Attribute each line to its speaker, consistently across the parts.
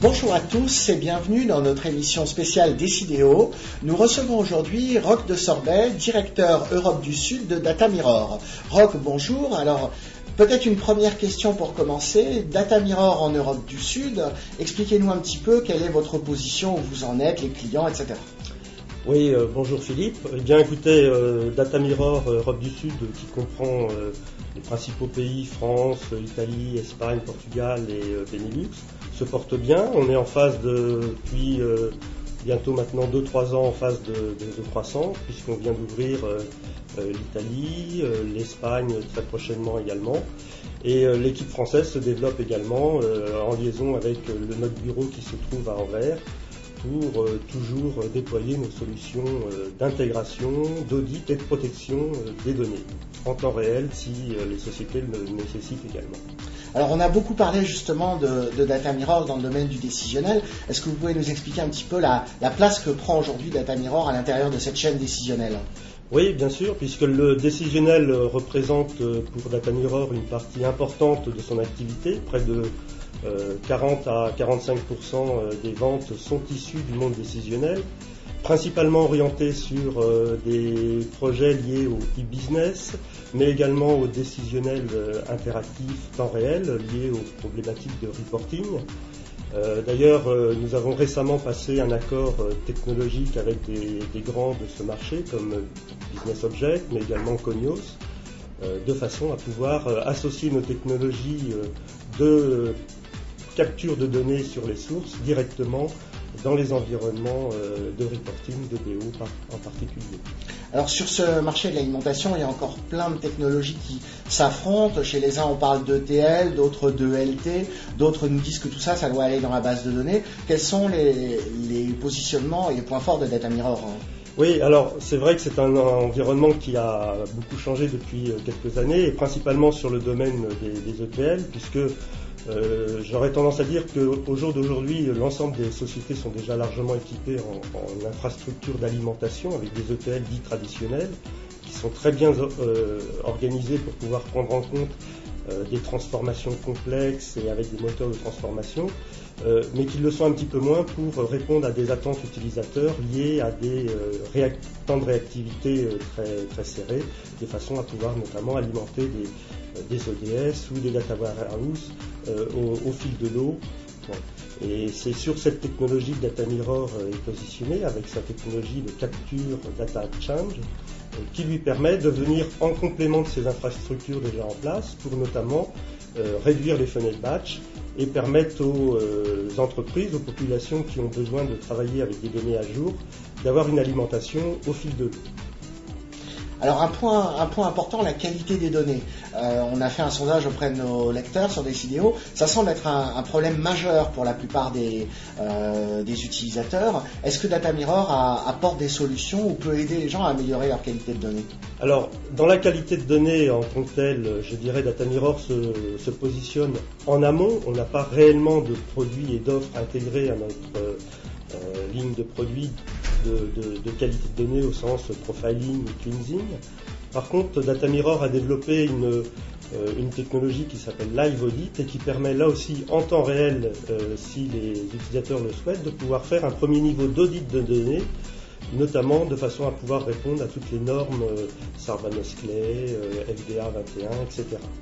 Speaker 1: Bonjour à tous et bienvenue dans notre émission spéciale Décidéo. Nous recevons aujourd'hui Roch de Sorbet, directeur Europe du Sud de Datamirror. Roch, bonjour. Alors, peut-être une première question pour commencer. Datamirror en Europe du Sud, expliquez-nous un petit peu quelle est votre position, où vous en êtes, les clients, etc.
Speaker 2: Oui, bonjour Philippe. Eh bien écoutez, Datamirror Europe du Sud qui comprend les principaux pays, France, Italie, Espagne, Portugal et Benelux, se porte bien. On est en phase depuis bientôt maintenant 2-3 ans en phase de croissance, puisqu'on vient d'ouvrir l'Italie, l'Espagne très prochainement également. Et l'équipe française se développe également en liaison avec notre bureau qui se trouve à Anvers, pour toujours déployer nos solutions d'intégration, d'audit et de protection des données en temps réel si les sociétés le nécessitent également.
Speaker 1: Alors on a beaucoup parlé justement de Datamirror dans le domaine du décisionnel. Est-ce que vous pouvez nous expliquer un petit peu la place que prend aujourd'hui Datamirror à l'intérieur de cette chaîne décisionnelle ?
Speaker 2: Oui, bien sûr, puisque le décisionnel représente pour Datamirror une partie importante de son activité, près de 40 à 45% des ventes sont issues du monde décisionnel, principalement orientées sur des projets liés au e-business, mais également au décisionnel interactif temps réel, lié aux problématiques de reporting. D'ailleurs, nous avons récemment passé un accord technologique avec des grands de ce marché, comme Business Object, mais également Cognos, de façon à pouvoir associer nos technologies de capture de données sur les sources directement dans les environnements de reporting, de BO en particulier.
Speaker 1: Alors sur ce marché de l'alimentation, il y a encore plein de technologies qui s'affrontent. Chez les uns, on parle d'ETL, d'autres d'ELT, d'autres nous disent que tout ça doit aller dans la base de données. Quels sont les positionnements et les points forts de Datamirror ?
Speaker 2: Oui, alors c'est vrai que c'est un environnement qui a beaucoup changé depuis quelques années, et principalement sur le domaine des ETL, puisque j'aurais tendance à dire qu'au jour d'aujourd'hui, l'ensemble des sociétés sont déjà largement équipées en infrastructures d'alimentation avec des ETL dits traditionnels qui sont très bien organisés pour pouvoir prendre en compte des transformations complexes et avec des moteurs de transformation, mais qui le sont un petit peu moins pour répondre à des attentes utilisateurs liées à des temps de réactivité très, très serrés, de façon à pouvoir notamment alimenter des ODS ou des data warehouse au fil de l'eau. Bon. Et c'est sur cette technologie que Datamirror est positionné, avec sa technologie de capture data exchange, qui lui permet de venir en complément de ces infrastructures déjà en place pour notamment réduire les funnel batch et permettre aux entreprises, aux populations qui ont besoin de travailler avec des données à jour, d'avoir une alimentation au fil de l'eau.
Speaker 1: Alors un point important, la qualité des données. On a fait un sondage auprès de nos lecteurs sur Décidéo. Ça semble être un problème majeur pour la plupart des utilisateurs. Est-ce que Datamirror apporte des solutions ou peut aider les gens à améliorer leur qualité de données ?
Speaker 2: Alors, dans la qualité de données en tant que telle, je dirais Datamirror se positionne en amont. On n'a pas réellement de produits et d'offres intégrés à notre ligne de produits de qualité de données au sens profiling ou cleansing. Par contre, Datamirror a développé une technologie qui s'appelle Live Audit et qui permet là aussi en temps réel, si les utilisateurs le souhaitent, de pouvoir faire un premier niveau d'audit de données, notamment de façon à pouvoir répondre à toutes les normes Sarbanes-Clay, FDA 21, etc.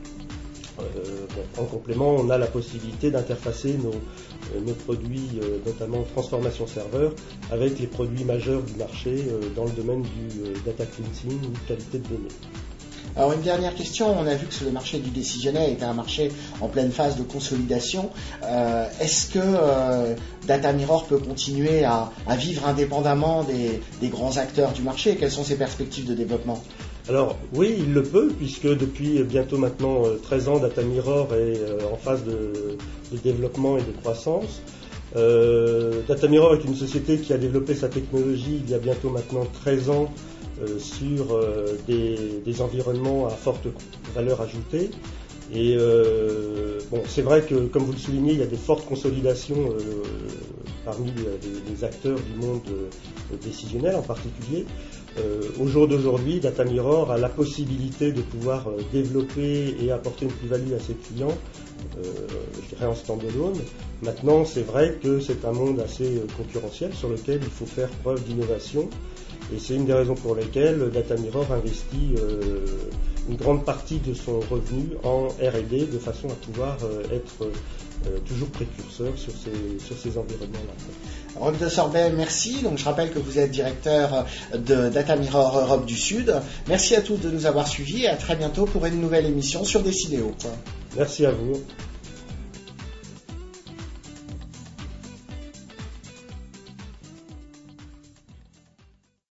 Speaker 2: En complément, on a la possibilité d'interfacer nos produits, notamment transformation serveur, avec les produits majeurs du marché dans le domaine du data cleansing ou qualité de données.
Speaker 1: Alors une dernière question, on a vu que le marché du décisionnel était un marché en pleine phase de consolidation. Est-ce que Datamirror peut continuer à vivre indépendamment des grands acteurs du marché et quelles sont ses perspectives de développement ?
Speaker 2: Alors oui, il le peut, puisque depuis bientôt maintenant 13 ans, Datamirror est en phase de développement et de croissance. Datamirror est une société qui a développé sa technologie il y a bientôt maintenant 13 ans sur des environnements à forte valeur ajoutée. Et c'est vrai que, comme vous le soulignez, il y a des fortes consolidations parmi les acteurs du monde décisionnel en particulier. Au jour d'aujourd'hui, Datamirror a la possibilité de pouvoir développer et apporter une plus-value à ses clients je dirais en stand-alone. Maintenant, c'est vrai que c'est un monde assez concurrentiel sur lequel il faut faire preuve d'innovation. Et c'est une des raisons pour lesquelles Datamirror investit une grande partie de son revenu en R&D de façon à pouvoir être toujours précurseur sur ces environnements-là.
Speaker 1: Roch de Sorbet, merci. Donc, je rappelle que vous êtes directeur de Datamirror Europe du Sud. Merci à tous de nous avoir suivis et à très bientôt pour une nouvelle émission sur Décidéo.
Speaker 2: Merci à vous.